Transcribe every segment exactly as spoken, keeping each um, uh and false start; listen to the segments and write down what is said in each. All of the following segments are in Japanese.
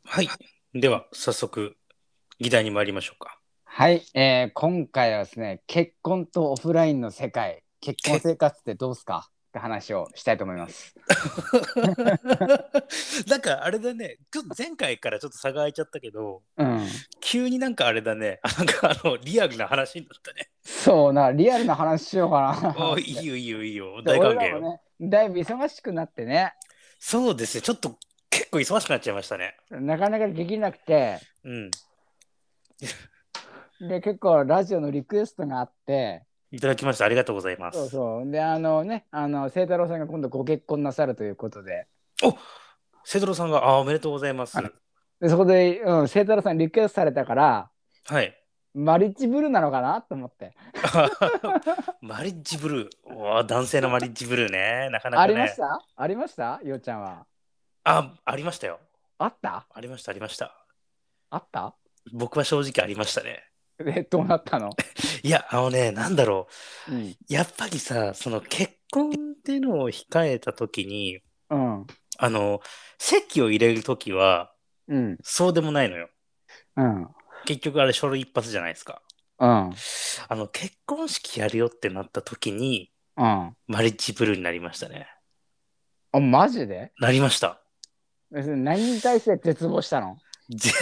はい。では、早速、議題に参りましょうか。 はい、えー今回はですね、結婚とオフラインの世界、結婚け生活ってどうすかって話をしたいと思います。 なんかあれだね、ちょっと前回からちょっと差が空いちゃったけど、 うん。 急になんかあれだね、あなんかあの、リアルな話になったね。 そうな、リアルな話しようかなおいって。 いよいいよいいよ、 で、 大歓迎よ。 俺らもね、だいぶ忙しくなってね、 そうですね、ちょっと結構忙しくなっちゃいましたね。 なかなかできなくて、 うん。 で、結構ラジオのリクエストがあって、 いただきました。ありがとうございます。 そうそう。で、あのね、あの、清太郎さんが今度ご結婚なさるということで、 おセドロさんが、あ、おめでとうございまはい。 す。 で、そこで、うん、清太郎さんリクエストされたから、 はい。 マリッジブルーなのかなと思って。 マリッジブルー。お男性のマリッジブルーね。なかなありましかね。 たありましたようちゃんは。 あ、ありましたよ。 あったありました、ありました。 あった。 僕は正直ありましたね。 で、どうなったの？ いや、あのね、なんだろうん。 う。やっぱりさ、その結婚っていうのを控えた時に、 うん。 あの、籍を入れる時は、 うん。 そうでもないのよ。 うん。 結局あれ書類一発じゃないですか。 うん。 あの、結婚式やるよってなった時に、 うん。 マリッジブルーになりましたね。 あ、マジで？ なりました。 別に何に対して絶望したの？ ぜ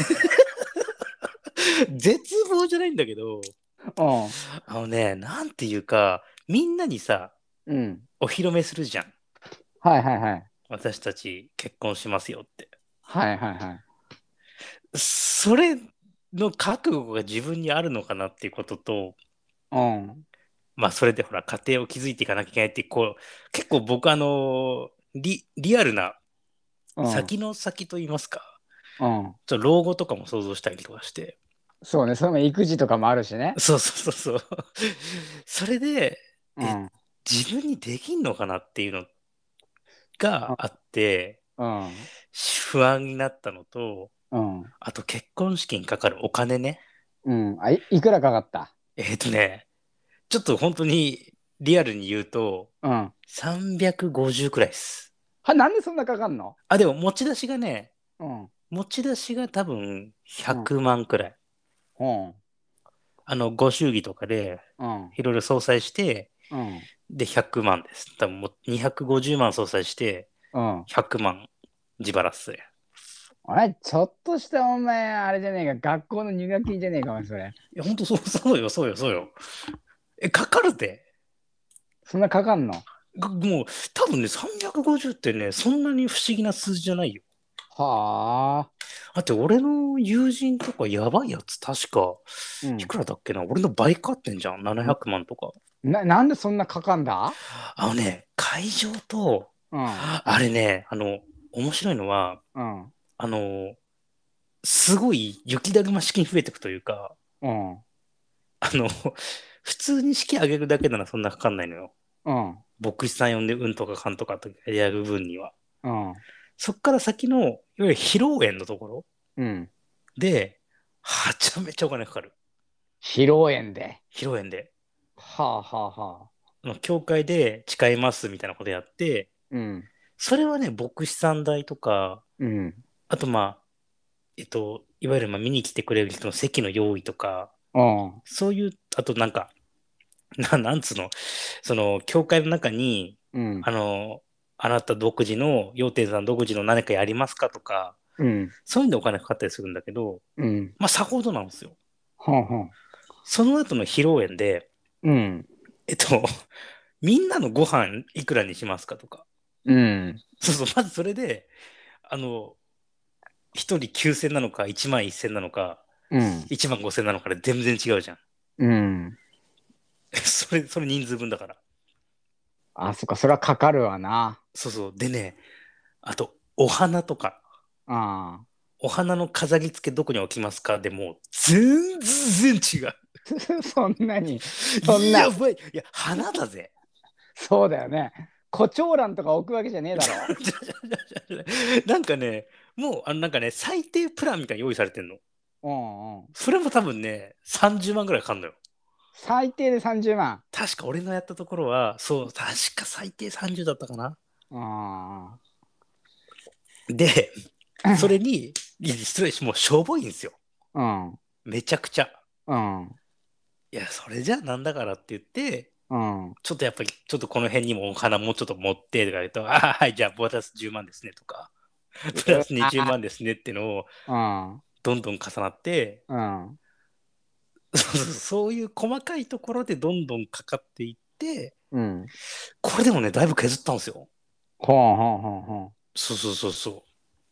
絶望じゃないんだけど、 うん。 あのね、なんていうか、みんなにさ、 うん。 お披露目するじゃん。 はいはいはい。 私たち結婚しますよって。 はいはいはい。 それの覚悟が自分にあるのかなっていうことと、 うん。 まあそれでほら家庭を築いていかなきゃいけないってこう、結構僕あのリ、リアルなうん。 先の先と言いますか、 うん。 ちょっと老後とかも想像したりとかして、 そうね。それも育児とかもあるしね。 そうそうそうそう。それで、え、 うん。 自分にできんのかなっていうのがあって、 うん。 不安になったのと、 うん。 あと結婚式にかかるお金ね。 うん。あ、い、いくらかかった？ えっとね、ちょっと本当にリアルに言うと、 うん。 さんびゃくごじゅうくらいです。 は、なんでそんなかかんの？ あ、でも持ち出しがね、 うん。 持ち出しが多分うん。 ひゃくまんくらい。 うん。 あの、ご祝儀とかでうん。 いろいろ相殺して、 うん。 で、ひゃくまんです。多分もうにひゃくごじゅうまん相殺して、 うん。 ひゃくまん自腹っすね。 あれ、ちょっとしたお前、あれじゃねえか、学校の入学金じゃねえか、お前、それ。 いや、ほんとそう、そうよ、そうよ、そうよ。え、かかるで。 そんなかかんの？ がもう、多分ね、さんびゃくごじゅうってね、そんなに不思議な数字じゃないよ。 はあ。 だって俺の友人とかやばいやつ確か、 うん。 いくらだっけな俺の倍かってんじゃん。ななひゃくまんとか。 な、なんでそんなかかんだ？ あのね、会場と、 うん。 あれね、あの、面白いのは、 うん。 あの、すごい雪だるま式に増えていくというか、 うん。 あの、普通に式上げるだけならそんなかかんないのよ。 うん。 牧師さん呼んでうんとかかんとかとやる分には。 うん。 そっから先の、いわゆる披露宴のところうん。 で、はちゃめちゃお金かかる。 披露宴で。 披露宴で。 はあはあはあ。 あの教会で誓いますみたいなことやって、 うん。 それはね、牧師さん代とか、 うん。 あとまあ、えっと、いわゆるまあ見に来てくれる人の席の用意とか、 うん。 そういう、あとなんか、な、なんつうの、その、教会の中に、 うん。 あの、あなた独自の、要天さん独自の何かやりますかとか、 うん。 そういうんでお金かかったりするんだけど、 うん。 まあ、さほどなんですよ。 はあはあ。 その後の披露宴で、 うん。 えっと、みんなのご飯いくらにしますかとか。 うん。 そうそう、まずそれで、あの、一人きゅうせんなのか、いちまんせんなのか、 うん。 いちまんごせんなのかで全然違うじゃん。 うん。 それ、それ人数分だから。 あ、そっか、それはかかるわな。 そうそう。でね、あと、お花とか、 ああ。 お花の飾り付けどこに置きますかでもう、全然違う。 そんなに、そんな、 やばい。いや、花だぜ。 そうだよね。胡蝶蘭とか置くわけじゃねえだろ。 なんかね、もう、あの、なんかね、最低プランみたいに用意されてんの。 うんうん。 それも多分ね、さんじゅうまんぐらいかかんのよ。 最低でさんじゅうまん。 確か俺のやったところは、そう、確か最低さんじゅうだったかな。 あで、それに、 いや失礼し、もうしょぼいんですよ。 うん。 めちゃくちゃ。 うん。 いや、それじゃなんだからって言って、 うん。 ちょっとやっぱり、ちょっとこの辺にもお花もうちょっと持ってとか言うと、ああ、はい、じゃあ、ボーナスじゅうまんですねとか、プラうスにじゅうまんですねっていうのを、 ん。 どんどん重なって、 うん。 そうそうそういう細かいところでどんどんかかっていって、 うん。 これでもね、だいぶ削ったんですよ。 ほうほうほうほそうそうそうそう。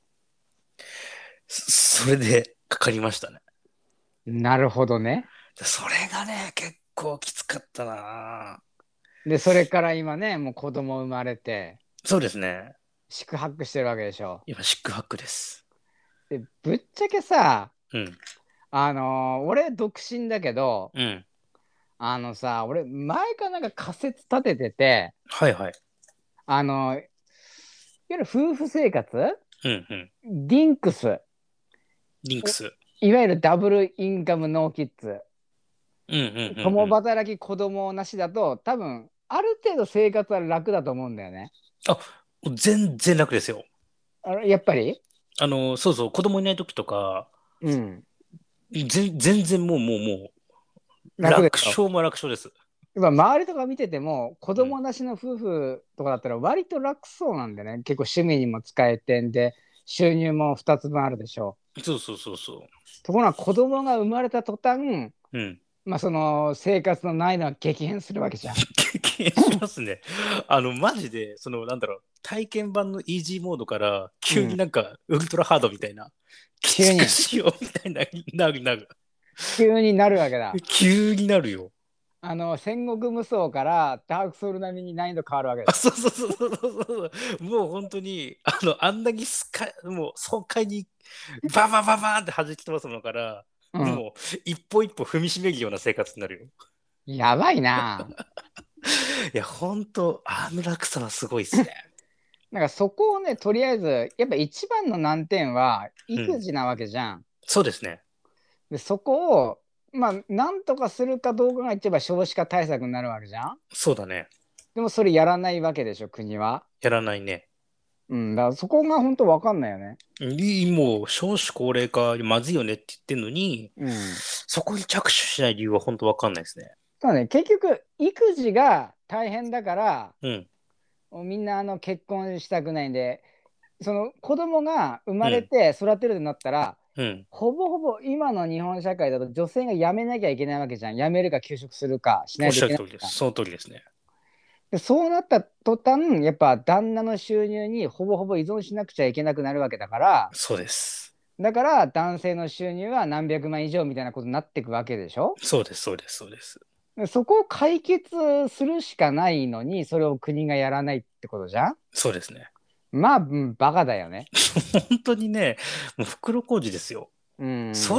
そそれでかかりましたね。 う。なるほどね。 それがね、結構きつかったな。 で、それから今ね、もう子供生まれて、 そうですね。 四苦八苦してるわけでしょ。 今、四苦八苦です。 で、ぶっちゃけさ、 うん。 あのー俺独身だけど、 うん。 あのさ、俺前からなんか仮説立ててて、 はいはい。 あのーいわゆる夫婦生活うんうん。 ディンクス、 リンクス。 いわゆるダブルインカムノーキッズ、 うんうんうんう共ん。 働き子供なしだと、多分、ある程度生活は楽だと思うんだよね。 あ、全然楽ですよ。 あのやっぱりあの、そうそう、子供いない時とか、 うん。 全全然もうもうもう、楽楽でしょ。 勝も楽勝です。 やっぱ周りとか見てても、子うん。 供なしの夫婦とかだったら割と楽そうなんでね。結構趣味にも使えてんで、収入もふたつぶんあるでしょそうそうそうそう。ところが子供が生まれた途端、 う。うん。 まあその生活の難易度が激変するわけじゃん。 経験しますね。あの、マジで、その、なんだろう、体験版のイージーモードから、 うん。 急になんか、ウルトラハードみたいな、きつく急に、 しようみたいな、なるなる。 急になるわけだ。 急になるよ。 あの、戦国無双からダークソウル並みに難易度変わるわけあ、 だ。 そうそうそうそうそうそう。もう本当に、あの、あんなにスカ、もう爽快にババババーンって弾き飛ばすのから、 うん。 もう一歩一歩踏みしめるような生活になるよ。 やばいな。 いや、本当あの落差はすごいっすね。 なんかそこをね、とりあえず、やっぱ一番の難点はうん。 育児なわけじゃん。 そうですね。 で、そこを、まあ、なんとかするかどうかが一番少子化対策になるわけじゃん。 そうだね。 でもそれやらないわけでしょ、国は。 やらないね。 うん、だからそこが本当わかんないよね。 いいもう少子高齢化まずいよねって言ってんのに、 うん。 そこに着手しない理由は本当わかんないですね。 ただね、結局、育児が大変だから、 うん。 みんなあの結婚したくないんで、その子供が生まれうん。 て育てるようになったら、 うん。 ほぼほぼ今の日本社会だと女性が辞めなきゃいけないわけじゃん。辞めるか休職するかしなおっいといしゃる通りです。 けないじゃん。 その通りですね。 で、そうなった途端、やっぱ旦那の収入にほぼほぼ依存しなくちゃいけなくなるわけだから、 そうです。 だから男性の収入は何百万以上みたいなことになっていくわけでしょ。 そうです。そうです。そうです。 でそこを解決するしかないのに、それを国がやらないってことじゃん。 そうですね。 まあ、うん、バカだよね。 本当にね、もう袋小路ですよ。 うん。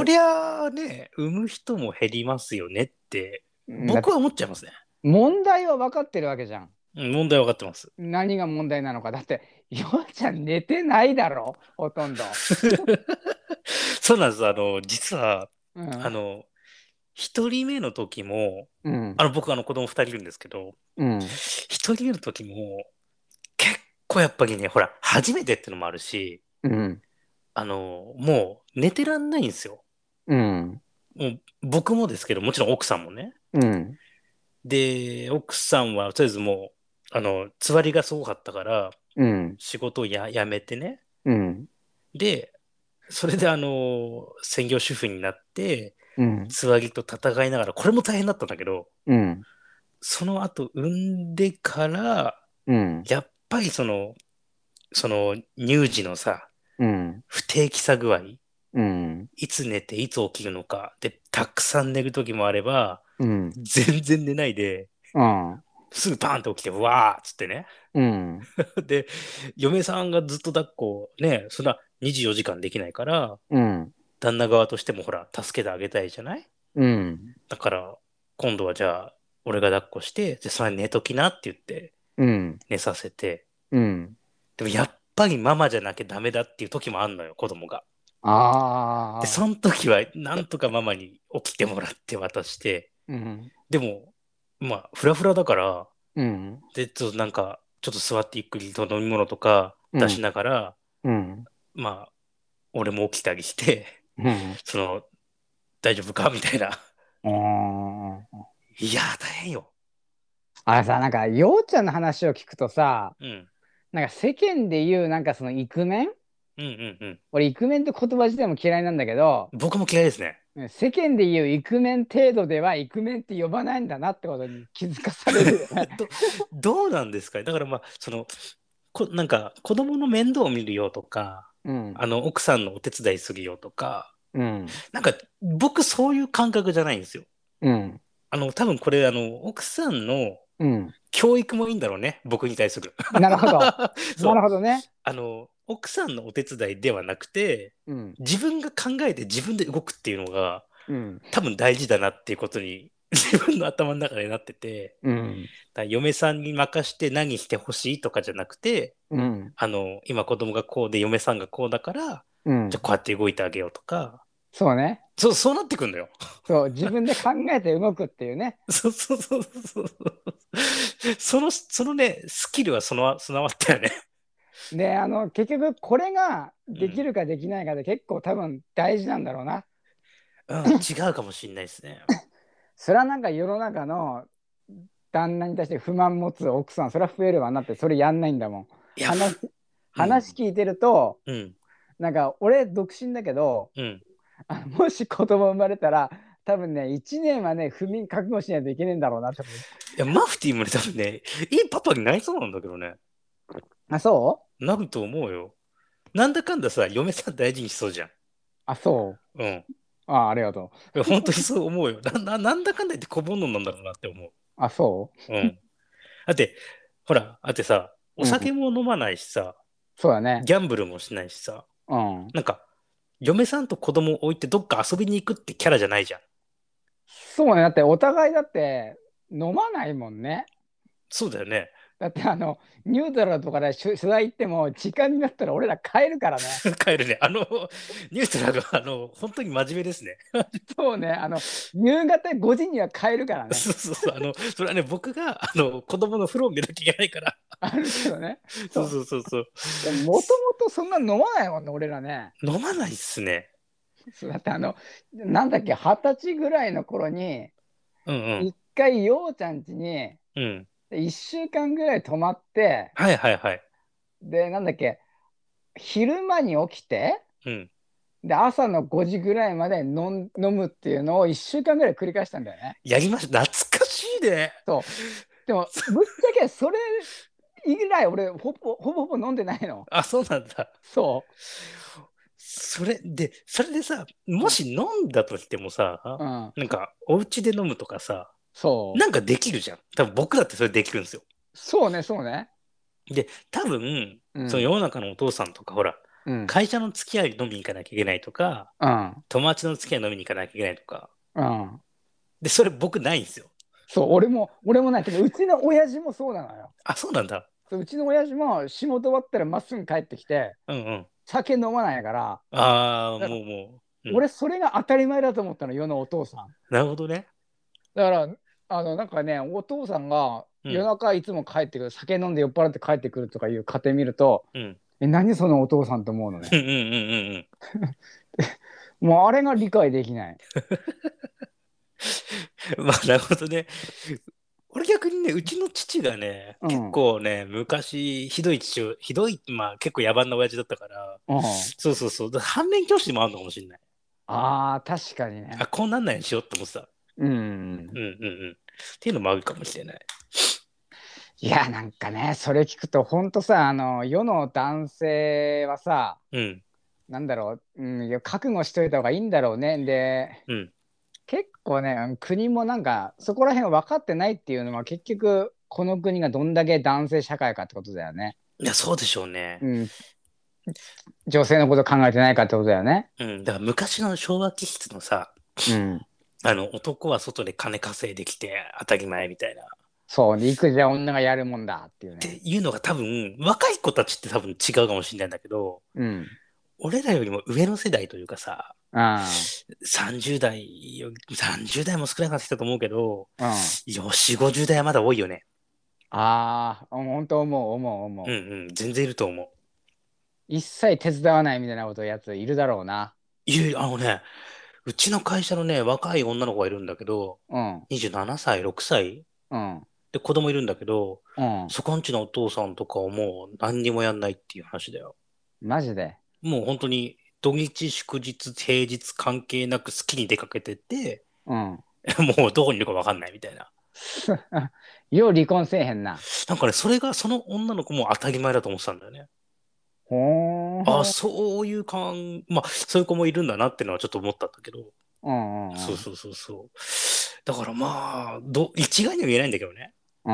そりゃあね、産む人も減りますよねって、 だって僕は思っちゃいますね。 問題は分かってるわけじゃん。 うん問題は分かってます。 何が問題なのか。だって、ようちゃん寝てないだろ、ほとんど。 そうなんです。あの、実は、 うん。 あの、一人目の時も、 うん。 あの、僕、あの、子供二人いるんですけど、 うん。 一人目の時も、結構やっぱりね、ほら、初めてってのもあるし、 うん。 あの、もう寝てらんないんですよ。 うん。 もう僕もですけど、もちろん奥さんもね。 うん。 で、奥さんはとりあえずもう、あの、つわりがすごかったから、 うん。 仕事をや、辞めてね。 うん。 で、それであの、専業主婦になって、 うん。 つわりと戦いながら、これも大変だったんだけど、 うん。 その後産んでから、 うん。 やっぱりその、その乳児のさ、 うん。 不定期さ具合、 うん。 いつ寝ていつ起きるのか、で、たくさん寝る時もあれば、 うん。 全然寝ないで、 うん。 すぐパーンって起きて、わーっつってね。 うん。 で、嫁さんがずっと抱っこ、ね、そんなにじゅうよじかんできないから、 うん。 旦那側としてもほら、助けてあげたいじゃない。 うん。 だから、今度はじゃあ、俺が抱っこして、で、それ寝ときなって言って、 うん。 寝させて、 うん。 でもやっぱりママじゃなきゃダメだっていう時もあんのよ、子供が。で、 ああ。 その時は、なんとかママに起きてもらって渡して、 うん。 でも、まあ、フラフラだから、 うん。 で、ちょっとなんか、ちょっと座ってゆっくりと飲み物とかうん。 出しながら、 うん。 まあ、 俺も起きたりして、 うん。 その、大丈夫かみたいな。 うーん。 いやー、大変よ。 あれさ、なんか、ようちゃんの話を聞くとさ、 うん。 なんか世間で言う、なんかそのイクメンうんうんうん。 俺、イクメンって言葉自体も嫌いなんだけど、 僕も嫌いですね。 世間で言うイクメン程度ではイクメンって呼ばないんだなってことに気づかされるよね。 ど、どうなんですか？だからまあ、その、こ、なんか、子供の面倒を見るよとか、 うん。 あの、奥さんのお手伝いするよとか、 うん。 なんか、僕そういう感覚じゃないんですよ。 うん。 あの、多分これ、あの、奥さんのうん。 教育もいいんだろうね。僕に対する。 なるほど。なるそう。 ほどね。 あの、奥さんのお手伝いではなくて、 うん。 自分が考えて自分で動くっていうのが、 うん。 多分大事だなっていうことに、自分の頭の中でなってて、 うん。 だから嫁さんに任して何してほしいとかじゃなくて、 うん。 あの、今子供がこうで嫁さんがこうだから、 うん。 じゃあこうやって動いてあげようとか、 そうね。 そう、そうなってくんだよ。 そう、自分で考えて動くっていうね。 そうそうそうそう。その、そのね、スキルはその、備わったよね。 で、あの、結局これがうん。 できるかできないかで結構多分大事なんだろうな。 うん、違うかもしれないですね。 それはなんか世の中の旦那に対して不満持つ奥さん、それは増えるわなって、それやんないんだもん。 いや、 話、 ふうん、 話聞いてると、 うん、 なんか俺独身だけど、 うん。 あのもし子供生まれたら、多分ね、いちねんはね、不眠覚悟しないといけないんだろうなって思う。 いや、マフティーもね、多分ね、いいパパになりそうなんだけどね。 あ、そう。 なると思うよ。なんだかんださ、嫁さん大事にしそうじゃん。 あ、そう。 うん。 あ、ありがといや本当にそう思うよ。な、な、なんだかんだ言って小煩悩なんだろうなって思う。 う。あ、そうん。だって、ほら、だってさ、おう。うん。 酒も飲まないしさ、 そうだね。 ギャンブルもしないしさ、 うん。 なんか、嫁さんと子供を置いてどっか遊びに行くってキャラじゃないじゃん。 そうね。だってお互いだって飲まないもんね。 そうだよね。 だってあの、ニュートラルとかで取取材行っても、時間になったら俺ら帰るからね。 帰るね。あの、ニュートラルは、あの、本当に真面目ですね。 そうね。あの、夕方ごじには帰るからね。 そうそうそう。あの、それはね、僕が、あの、子供の風呂を見なきゃいけないから。 あるけどね。 そうそう。 そうそうそう。 でも、もともとそんな飲まないもんね、俺らね。 飲まないっすね。 そうだってあの、なんだっけ、はたちぐらいの頃に、 うんうん。 一回、ようちゃん家に、 うん。 いっしゅうかんぐらい泊まって、 はいはいはい。 で、なんだっけ、昼間に起きて、 うん。 で、朝のごじぐらいまで飲ん、飲むっていうのをいっしゅうかんぐらい繰り返したんだよね。 やりました。懐かしいね。 そう。でも、ぶっちゃけそれ以来、俺、ほぼほぼほぼ飲んでないの。 あ、そうなんだ。 そそれで、それでさ、 う。うん。 もし飲んだとしてもさ、 うん。 なんか、お家で飲むとかさ、 そう。 なんかできるじゃん。多分僕だってそれできるんですよ。 そうね、そうね。 で、多分、その世うん。 の中のお父さんとか、ほら、 うん。 会社の付き合い飲みに行かなきゃいけないとか、 うん。 友達の付き合い飲みに行かなきゃいけないとか。 うん。 で、それ僕ないんですよ。 そう、俺も、俺もないけど、うちの親父もそうなのよ。 あ、そうなんだ。 そううちの親父も仕事終わったらまっすぐ帰ってきて、 うんうん。 酒飲まないから、 ああ、 だからもうもう。うん。 俺それが当たり前だと思ったの、世のお父さん。 なるほどね。 だから、あの、なんかね、お父さんが夜うん。 中いつも帰ってくる、酒飲んで酔っ払って帰ってくるとかいう家庭見ると、 うん。 え、何そのお父さんと思うのね。 うんうんうんうんうん。 もうあれが理解できない。 まあ、なるほどね。俺逆にね、うちの父がね、結うん。うん。 構ね、昔、ひどい父を、ひどい、まあ結構野蛮な親父だったから、そうそうそう、だから反面教師でもあるのかもしれない。 ああ、確かにあ、 ね。 こうなんないようにしようって思ってた。 うん。 うんうんうん。っていうのもあるかもしれない。 いや、なんかね、それ聞くと、ほんとさ、あの、世の男性はさ、 うん、 なんだろう、うん、いや覚悟しといた方がいいんだろうね。で、 うん。 結構ね、国もなんか、そこら辺分かってないっていうのは、結局、この国がどんだけ男性社会かってことだよね。 いや、そうでしょうね。 うん、女性のこと考えてないかってことだよね。 うん。だから昔の昭和気質のさ、 うん。 あの、男は外で金稼いできて当たり前みたいな。っそう、で育児は女がやるもんだっていうね。 ていうのが多分、若い子たちって多分違うかもしれないんだけど、 うん。 俺らよりも上の世代というかさ、 あさんじゅう代よ、さんじゅう代も少なくなってきたと思うけど、 あ、うん。 よん、ごじゅう代はまだ多いよね。 ああ、本当思う、思う、思う。 うんうん、全然いると思う。 一切手伝わないみたいなことやついるだろうな。 いや、あのね、うちの会社のね、若い女の子がいるんだけど、 うん。 にじゅうななさい、ろくさいうん。 で子供いるんだけど、 うん。 そこんちのお父さんとかはもう何にもやんないっていう話だよ。 マジで。 もう本当に土日祝日平日関係なく好きに出かけてって、 うん。 もうどこにいるか分かんないみたいな。 よう離婚せえへんな。 なんかね、それがその女の子も当たり前だと思ってたんだよね。あ、 ほー。 そういう感、まあ、そういう子もいるんだなっていうのはちょっと思ったんだけど、 うんうんそうそうそうそう。だからまあ、ど、一概には言えないんだけどね。 うん。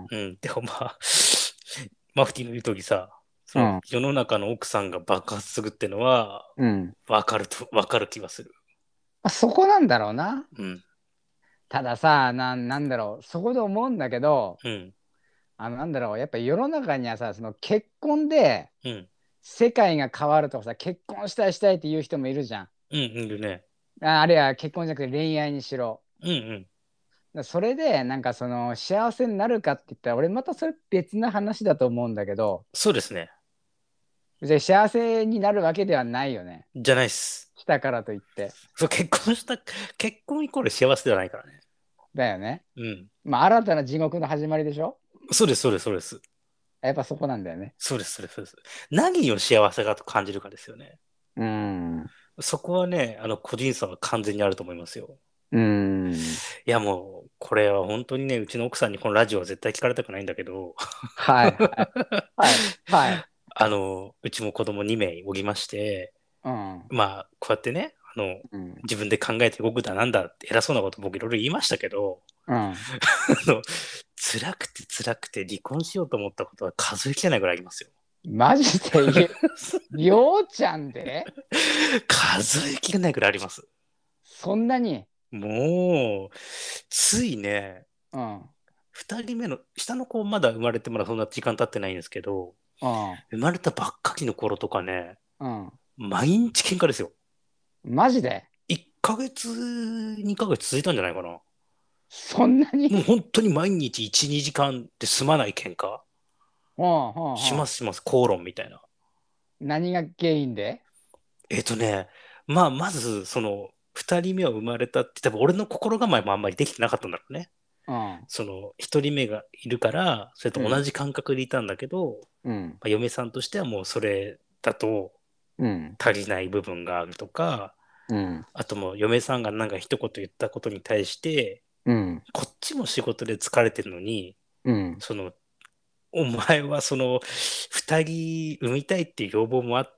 うん。でもまあ、マフティーの言う通りさ、そのうん。 世の中の奥さんが爆発するってのは、 うん。 わかると、わかる気がする。 あ、そこなんだろうな。 うん。 たださ、な、なんだろう。そこで思うんだけど、 うん。 あの、なんだろう。やっぱ世の中にはさ、その結婚でうん。 世界が変わるとかさ、結婚したいしたいって言う人もいるじゃん。 うん。いるね。 あ、あるいは結婚じゃなくて恋愛にしろ。 うん。うん。 だそれで、なんかその幸せになるかって言ったら、俺またそれ別な話だと思うんだけど、 そうですね。 別に幸せになるわけではないよね。 じゃないっす。 したからといって。 そう、結婚した、結婚イコール幸せではないからね。 だよね。 うん。 まあ、新たな地獄の始まりでしょ。 そうです、そうです、そうです。 やっぱそこなんだよね。 そうです、そうです、そうです。何を幸せかと感じるかですよね。 うーん。うそこはね、あの、個人差は完全にあると思いますよ。 ーん。 いや、もう、これは本当にね、うちの奥さんにこのラジオは絶対聞かれたくないんだけど、 はいはい。はい。はい。 あの、うちも子供にめいおりまして、 うん。 まあ、こうやってね、あの、 うん。 自分で考えて動くだなんだって偉そうなこと僕いろいろ言いましたけど、 うん。 あの、辛くて辛くて離婚しようと思ったことは数えきれないぐらいありますよ。 マジで言う。ようちゃんで数えきれないぐらいあります。 そんなに。 もう、ついね、 うん。 ふたりめの、下の子まだ生まれてまだそんな時間経ってないんですけど、 うん。 生まれたばっかりの頃とかね、 うん。 毎日喧嘩ですよ。 マジでいっかげつ、にかげつ続いたんじゃないかな。 そんなに。 もう本当に毎日いち、にじかんで済まない喧嘩うん。うん。うん。 しますします、口論みたいな。 何が原因で。 えっとね、まあ、まず、その、二人目を生まれたって、多分俺の心構えもあんまりできてなかったんだろうね。 うん。 その、一人目がいるから、それと同うん。 じ感覚でいたんだけど、 うん。 まあ、嫁さんとしてはもうそれだとうん。 足りない部分があるとか、 うん。 あともう嫁さんがなんか一言言ったことに対して、 うん。 こっちも仕事で疲れてるのに、 うん。 その、お前はその、二人産みたいっていう要望もあって、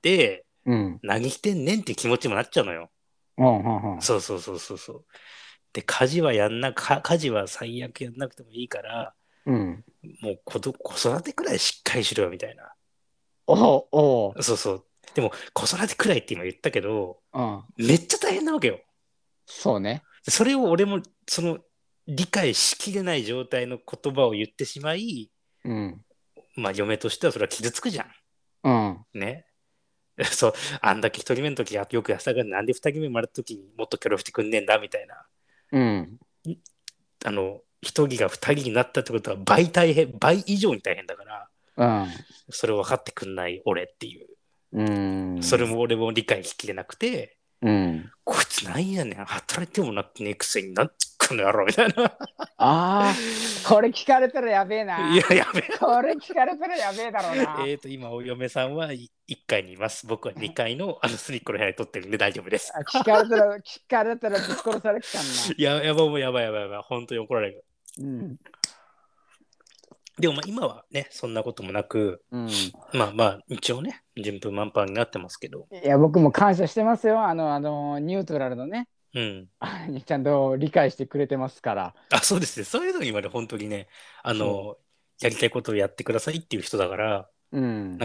うん。 何してんねんって気持ちもなっちゃうのよ。 うん。うん。 そうそうそうそうそう。で、家事はやんな、か家事は最悪やんなくてもいいから、 うん。 もう子ど子育てくらいしっかりしろよみたいな。 おお。おそうそう。でも、子育てくらいって今言ったけど、 うん。 めっちゃ大変なわけよ。 そうね。 それを俺も、その、理解しきれない状態の言葉を言ってしまい、 うん。 まあ、嫁としてはそれは傷つくじゃうん。 ん。ね。そう、あんだけ一人目の時よくやったから、なんで二人目生まれた時にもっと協力してくんねえんだみたいな。 うん。 あの、一人が二人になったってことは倍大変、倍以上に大変だから、 うん。 それを分かってくんない俺っていう。 うそれん。 も俺も理解しきれなくて、 うん。 こいつなんやねん、働いてもなってねえくせになんつっこの野郎みたいな。 ああ、これ聞かれたらやべえいな。 や、やべえ。 これ聞かれたらやべえだろうな。 えっと、今、お嫁さんはいいっかいにいます。僕はにかいのあの隅っこの部屋に撮ってるんで大丈夫です。 あ聞かれたら、聞かれたらぶっ殺されてたんな。 いや、やばい、もうやばいやばいやばい。本当に怒られる。 うん。 でもまあ今はね、そんなこともなく、 うん。 まあまあ一応ね、順風満帆になってますけど。 いや、僕も感謝してますよ。あの、あの、ニュートラルのね、 うん。 あちゃんと理解してくれてますから。 あ、そうですね。そういうのにまで本当にね、あその、やりたいことをやってくださいっていう人だから、 う。うん。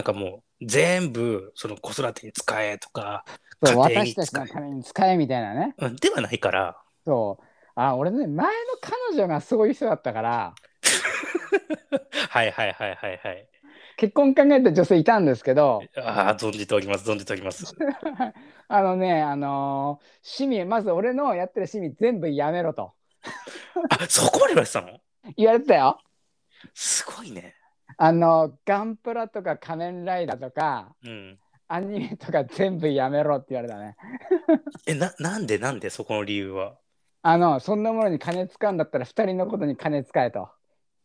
なんかもう全部その子育てに使えとか、 そう、 家庭私たちに使え、 のために使えみたいなね。 うん、ではないから。 そう。あ、俺ね、前の彼女がそういう人だったから、 はいはいはいはいはい。 結婚考えた女性いたんですけど、 ああ、存じております、存じております。 あのね、あのー趣味、まず俺のやってる趣味全部やめろとあ、そこまで言われてたの？ 言われてたよ。 すごいね。 あの、ガンプラとか仮面ライダーとか、 うん。 アニメとか全部やめろって言われたね。 え、な、なんでなんでそこの理由は。 あの、そんなものに金使うんだったら二人のことに金使えと。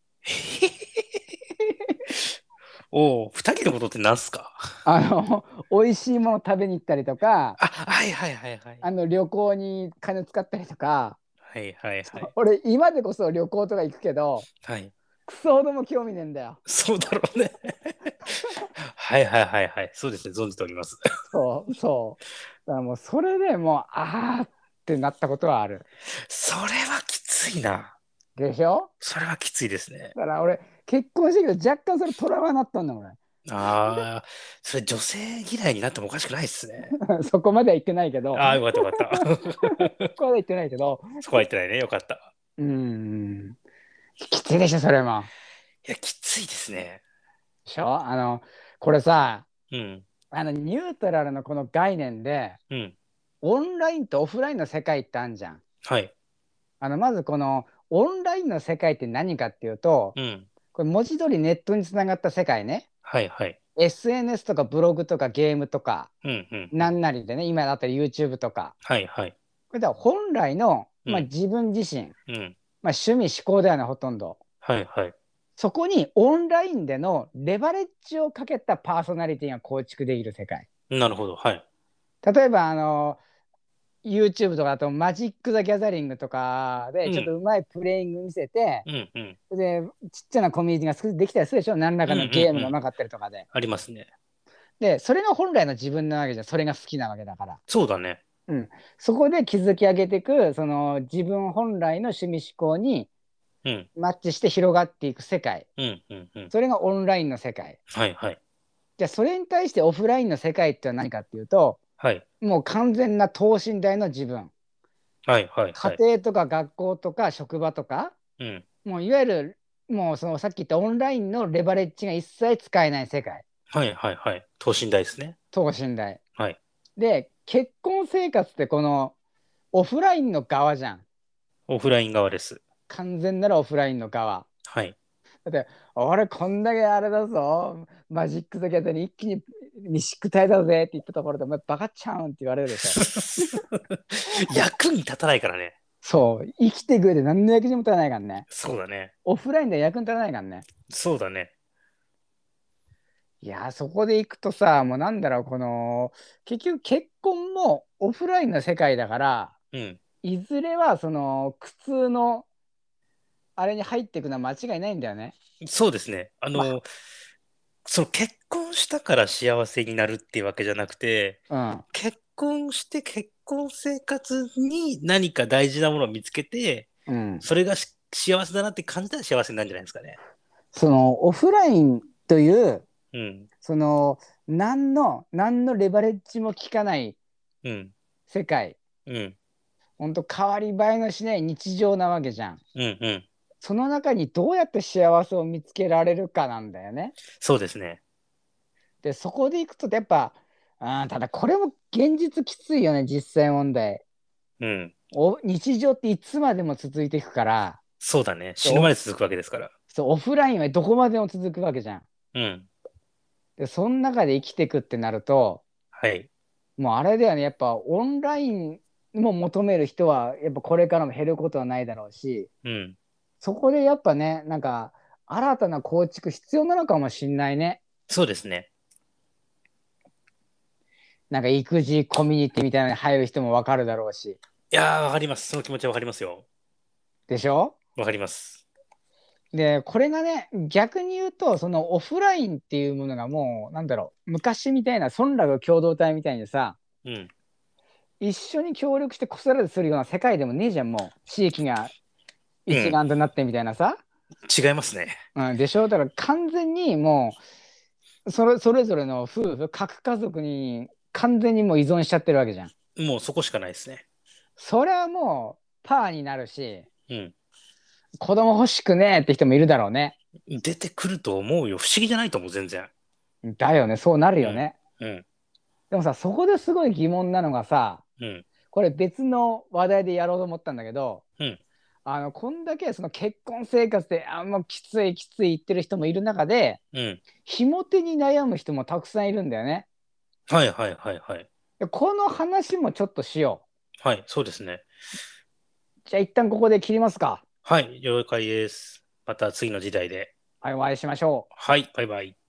おお、二人のことってなんすか？ あの、美味しいもの食べに行ったりとか、 あ、はいはいはいはい。 あの旅行に金使ったりとか、 はいはいはい。 俺今でこそ旅行とか行くけど、 はい。 クソほども興味ねえんだよ。 そうだろうね。はいはいはいはい。そうですね。存じております。 そうそう。だからもうそれでもう、あーってなったことはある。 それはきついな。 でしょ？ それはきついですね。 だから俺、結婚してるけど若干それトラウマになったんだ、俺。 ああ、それ女性嫌いになってもおかしくないですね。 そこまでは言ってないけど、 ああ、よかったよかった。 そこまでは言ってないけど、 そこは言ってないね。よかった。 うーん、きついでしょ、それも。 いや、きついですね。 でしょ？あの、これさ、 うん。 あのニュートラルのこの概念で、 うん。 オンラインとオフラインの世界ってあるじゃん。 はい。 あのまずこのオンラインの世界って何かっていうと、 うん。 これ文字通りネットにつながった世界ね。 はいはい。 エスエヌエス とかブログとかゲームとか、 うんうんうなん。 んなりでね、今だったら YouTube とか。 はいはい。 これだから本来の、まあ、 うん。 自分自身、 うん。 まあ、趣味思考だよね、ほとんど。 はいはい。 そこにオンラインでのレバレッジをかけたパーソナリティが構築できる世界。 なるほど。はい。 例えば、あの、YouTube とかだとマジック・ザ・ギャザリングとかでちょっうん。 とうまいプレイング見せて、 うんうん。 でちっちゃなコミュニティが少しできたりするでしょ、何らうんうかのゲーんうん。 ムがうまかったりとかで。 ありますね。 でそれが本来の自分なわけじゃん、それが好きなわけだから。 そうだね。 うん、そこで築き上げていくその自分本来の趣味思考にうん。 マッチして広がっていく世界、 うんうんうん。 それがオンラインの世界。 はいはい。 じゃあそれに対してオフラインの世界ってのは何かっていうと、 はい。 もう完全な等身大の自分。 はいはいはい。 家庭とか学校とか職場とか、 うん。 もういわゆるもうそのさっき言ったオンラインのレバレッジが一切使えない世界。 はいはいはい。等身大ですね。 等身大。 はい。 で、結婚生活ってこのオフラインの側じゃん。 オフライン側です。 完全ならオフラインの側。 はい。 だって、俺こんだけあれだぞ、マジック・ザ・ギャザリング一気に西区隊だぜって言ったところで、お前バカちゃうんって言われるでしょ。 役に立たないからね。 そう、生きていく上で何の役にも立たないからね。 そうだね。 オフラインで役に立たないからね。 そうだね。 いやー、そこで行くとさ、もうなんだろう、この、結局結婚もオフラインの世界だから、 うん。 いずれはその苦痛のあれに入っていくのは間違いないんだよね。 そうですね。あまの、その結婚したから幸せになるっていうわけじゃなくて、 あ、 結婚して結婚生活に何か大事なものを見つけて、 うん、うん。 それがし幸せだなって感じたら幸せになるんじゃないですかね。 そのオフラインといううん。 その何の何のレバレッジも効かないうん。 世界、 うん。 ほんと変わり映えのしない日常なわけじゃん。 うん。うん。 その中にどうやって幸せを見つけられるかなんだよね。 そうですね。 でそこでいくとやっぱ、あーただこれも現実きついよね、実際問題。 うん。 お日常っていつまでも続いていくから、 そうだね。死ぬまオで続くわけですから。 そうオフラインはどこまでも続くわけじゃん。 うん。 でその中で生きていくってなると、 はい。 もうあれだよね、やっぱオンラインも求める人はやっぱこれからも減ることはないだろうし、 うん。 そこでやっぱね、なんか新たな構築必要なのかもしんないね。 そうですね。 なんか育児コミュニティみたいなのに入る人もわかるだろうし。 いやー、わかります。その気持ちはわかりますよ。 でしょ？ わかります。 で、これがね、逆に言うと、そのオフラインっていうものがもう、なんだろう、昔みたいな村落共同体みたいにさ、 うん。 一緒に協力して子育てするような世界でもねえじゃん、もう。地域が一うん。 丸となってみたいなさ。 違いますね。 うん、でしょ？だから完全にもう、それ、それぞれの夫婦、各家族に完全にもう依存しちゃってるわけじゃん。 もうそこしかないですね。 それはもうパーになるし、 うん。 子供欲しくねえって人もいるだろうね。 出てくると思うよ。不思議じゃないと思う、全然。 だよね、そうなるうん。 よね。 うん。 でもさ、そこですごい疑問なのがさ、 うん。 これ別の話題でやろうと思ったんだけど、 うん。 あの、こんだけその結婚生活で、あ、もうきついきつい言ってる人もいる中で、 うん。 ひも手に悩む人もたくさんいるんだよね。 はいはいはいはい。 でこの話もちょっとしよはい、そうですね。 う。じゃあ一旦ここで切りますか。 はい、了解です。また次の時代で。 はい、お会いしましょう。 はい、バイバイ。